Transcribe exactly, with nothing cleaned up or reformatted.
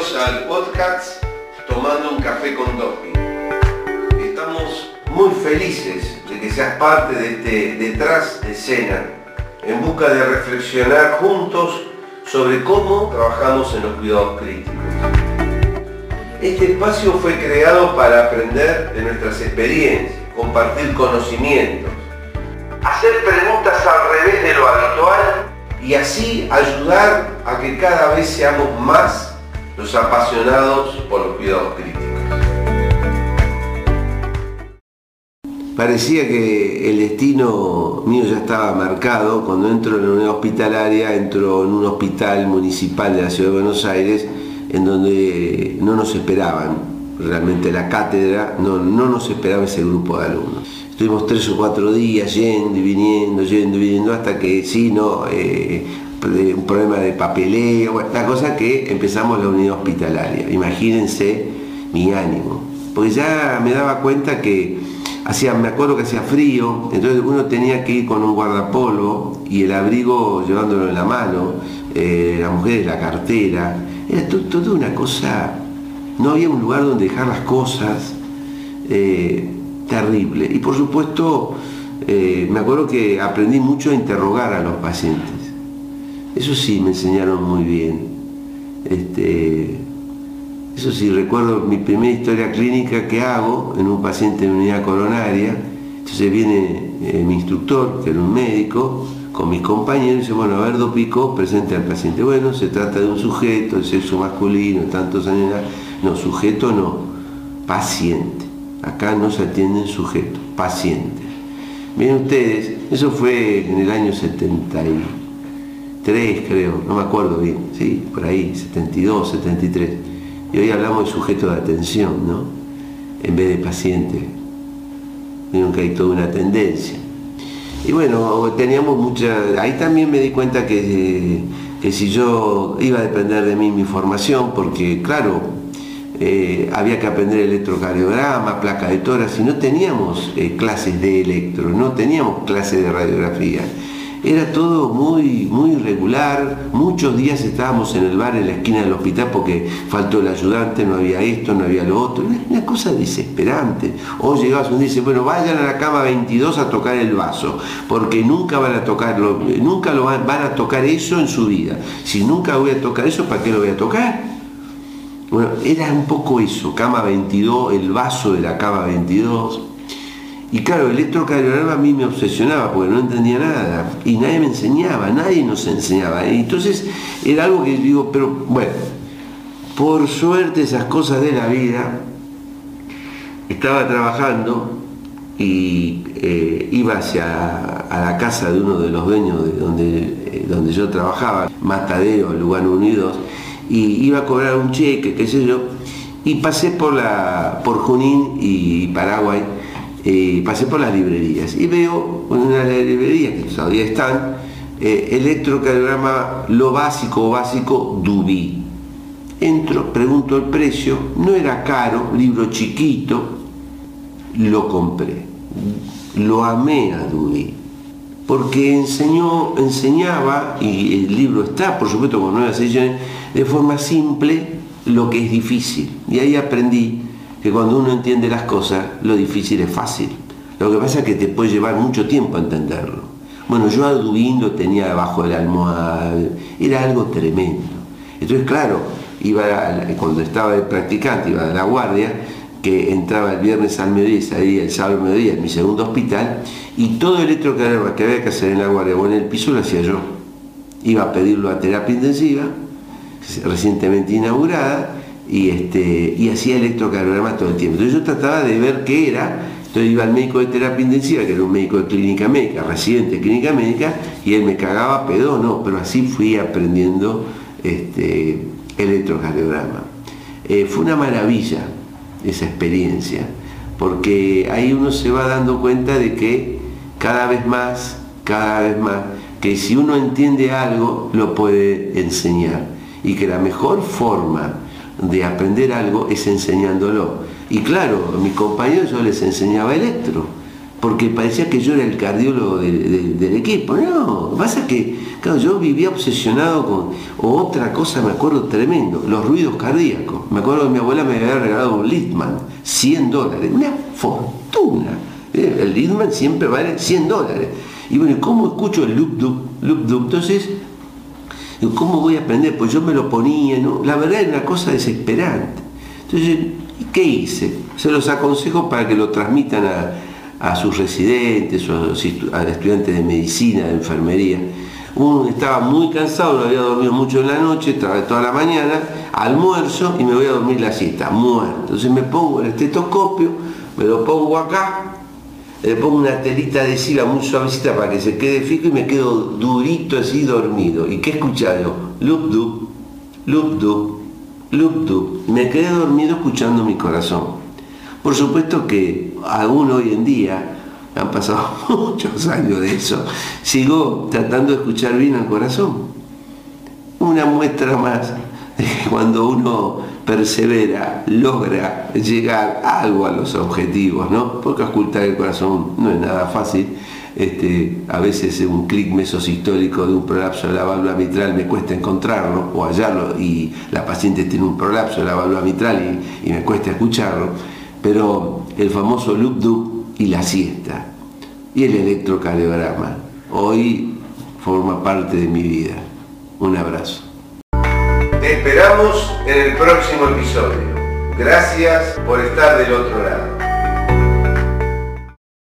Bienvenidos al podcast Tomando un Café con Topi. Estamos muy felices de que seas parte de este detrás de escena en busca de reflexionar juntos sobre cómo trabajamos en los cuidados críticos. Este espacio fue creado para aprender de nuestras experiencias, compartir conocimientos, hacer preguntas al revés de lo habitual y así ayudar a que cada vez seamos más los apasionados por los cuidados críticos. Parecía que el destino mío ya estaba marcado. Cuando entro en la unidad hospitalaria, entro en un hospital municipal de la Ciudad de Buenos Aires, en donde no nos esperaban realmente la cátedra, no, no nos esperaba ese grupo de alumnos. Estuvimos tres o cuatro días yendo y viniendo, yendo y viniendo, hasta que sí, no, eh, un problema de papeleo, bueno, la cosa que empezamos la unidad hospitalaria. Imagínense mi ánimo, porque ya me daba cuenta que hacía, me acuerdo que hacía frío, entonces uno tenía que ir con un guardapolvo y el abrigo llevándolo en la mano, eh, las mujeres la cartera, era toda una cosa, no había un lugar donde dejar las cosas, eh, terrible. Y por supuesto, eh, me acuerdo que aprendí mucho a interrogar a los pacientes. Eso sí, me enseñaron muy bien. Este, eso sí, recuerdo mi primera historia clínica que hago en un paciente de unidad coronaria. Entonces viene eh, mi instructor, que era un médico, con mis compañeros, y dice, bueno, a ver, Dopico, presente al paciente. Bueno, se trata de un sujeto de sexo masculino, tantos años, no, sujeto no, paciente. Acá no se atienden sujetos, pacientes. Miren ustedes, eso fue en el año setenta y tres, creo, no me acuerdo bien, sí, por ahí, setenta y dos, setenta y tres. Y hoy hablamos de sujeto de atención, ¿no? En vez de paciente. Vieron que hay toda una tendencia. Y bueno, teníamos mucha... Ahí también me di cuenta que, que si yo iba a depender de mí mi formación, porque claro, Eh, había que aprender electrocardiograma, placa de tórax, y no teníamos eh, clases de electro, no teníamos clases de radiografía. Era todo muy, muy irregular. Muchos días estábamos en el bar en la esquina del hospital porque faltó el ayudante, no había esto, no había lo otro. Una, una cosa desesperante. O llegabas un día y dices, bueno, vayan a la cama veintidós a tocar el vaso, porque nunca van a tocarlo, nunca lo van, van a tocar eso en su vida. Si nunca voy a tocar eso, ¿para qué lo voy a tocar? Bueno, era un poco eso, cama veintidós, el vaso de la cama veintidós. Y claro, el electrocardiograma a mí me obsesionaba porque no entendía nada. Y nadie me enseñaba, nadie nos enseñaba. Entonces era algo que digo, pero bueno, por suerte esas cosas de la vida, estaba trabajando y eh, iba hacia a la casa de uno de los dueños de donde, eh, donde yo trabajaba, Matadero, Lugano Unidos, y iba a cobrar un cheque, qué sé yo, y pasé por la por Junín y Paraguay, eh, pasé por las librerías y veo en una de las librerías que todavía están, eh, electrocardiograma, lo básico, básico, Dubí. Entro, pregunto el precio, no era caro, libro chiquito, lo compré, lo amé a Dubí. Porque enseñó, enseñaba, y el libro está, por supuesto, con nuevas ediciones, de forma simple lo que es difícil. Y ahí aprendí que cuando uno entiende las cosas, lo difícil es fácil. Lo que pasa es que te puede llevar mucho tiempo a entenderlo. Bueno, yo a Dubín lo tenía debajo de la almohada, era algo tremendo. Entonces, claro, iba a, cuando estaba de practicante, iba a la guardia, que entraba el viernes al mediodía y salía el sábado al mediodía en mi segundo hospital, y todo el electrocardiograma que había que hacer en la guardia o en el piso lo hacía yo. Iba a pedirlo a terapia intensiva, recientemente inaugurada, y, este, y hacía electrocardiograma todo el tiempo. Entonces yo trataba de ver qué era. Entonces iba al médico de terapia intensiva, que era un médico de clínica médica, residente de clínica médica, y él me cagaba pedo, no, pero así fui aprendiendo este, electrocardiograma. Eh, fue una maravilla esa experiencia, porque ahí uno se va dando cuenta de que cada vez más, cada vez más, que si uno entiende algo, lo puede enseñar, y que la mejor forma de aprender algo es enseñándolo. Y claro, a mis compañeros yo les enseñaba electro, porque parecía que yo era el cardiólogo de, de, del equipo. No, pasa que claro, yo vivía obsesionado con, o otra cosa me acuerdo tremendo, los ruidos cardíacos. Me acuerdo que mi abuela me había regalado un Littmann, cien dólares, una fortuna. El Littmann siempre vale cien dólares. Y bueno, ¿cómo escucho el loop dub? Loop dub? Entonces, ¿cómo voy a aprender? Pues yo me lo ponía, ¿no? La verdad era una cosa desesperante. Entonces, ¿qué hice? Se los aconsejo para que lo transmitan a, a sus residentes o a, los estu a estudiantes de medicina, de enfermería. Uno estaba muy cansado, no había dormido mucho en la noche, trabajé toda la mañana, almuerzo y me voy a dormir la siesta, muerto. Entonces me pongo el estetoscopio, me lo pongo acá, le pongo una telita adhesiva muy suavecita para que se quede fijo y me quedo durito así dormido. ¿Y qué escuchaba yo? Loop dub, loop dub, loop dub. Me quedé dormido escuchando mi corazón. Por supuesto que aún hoy en día, han pasado muchos años de eso, sigo tratando de escuchar bien al corazón. Una muestra más de que cuando uno persevera, logra llegar algo a los objetivos, ¿no? Porque ocultar el corazón no es nada fácil. Este, a veces un clic mesosistólico de un prolapso de la válvula mitral me cuesta encontrarlo o hallarlo, y la paciente tiene un prolapso de la válvula mitral y, y me cuesta escucharlo, pero el famoso loop dub y la siesta y el electrocardiograma hoy forma parte de mi vida. Un abrazo. Te esperamos en el próximo episodio. Gracias por estar del otro lado.